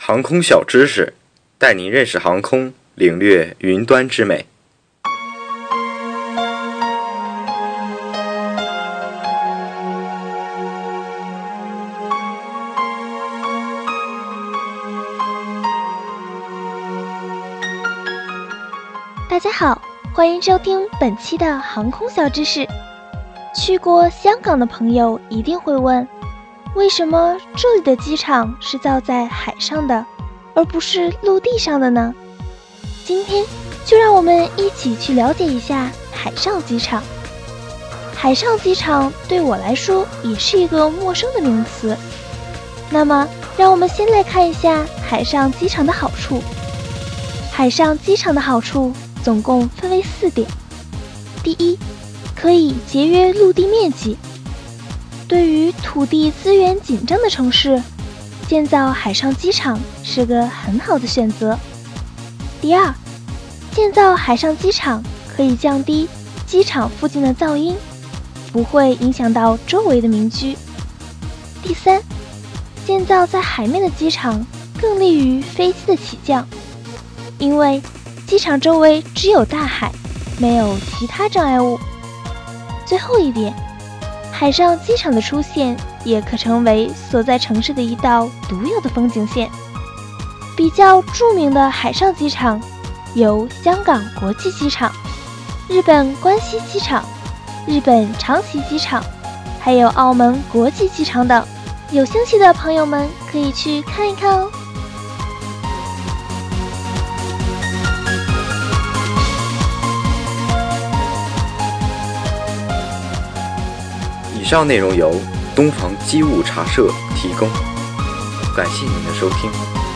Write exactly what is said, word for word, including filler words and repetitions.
航空小知识，带您认识航空，领略云端之美。 大家好，欢迎收听本期的航空小知识。去过香港的朋友一定会问，为什么这里的机场是造在海上的，而不是陆地上的呢？今天就让我们一起去了解一下海上机场。海上机场对我来说也是一个陌生的名词。那么，让我们先来看一下海上机场的好处。海上机场的好处总共分为四点。第一，可以节约陆地面积。对于土地资源紧张的城市，建造海上机场是个很好的选择。第二，建造海上机场可以降低机场附近的噪音，不会影响到周围的民居。第三，建造在海面的机场更利于飞机的起降，因为机场周围只有大海，没有其他障碍物。最后一点，海上机场的出现也可成为所在城市的一道独有的风景线。比较著名的海上机场有香港国际机场、日本关西机场、日本长崎机场，还有澳门国际机场等。有兴趣的朋友们可以去看一看哦。 以上内容由东方机务茶社提供，感谢您的收听。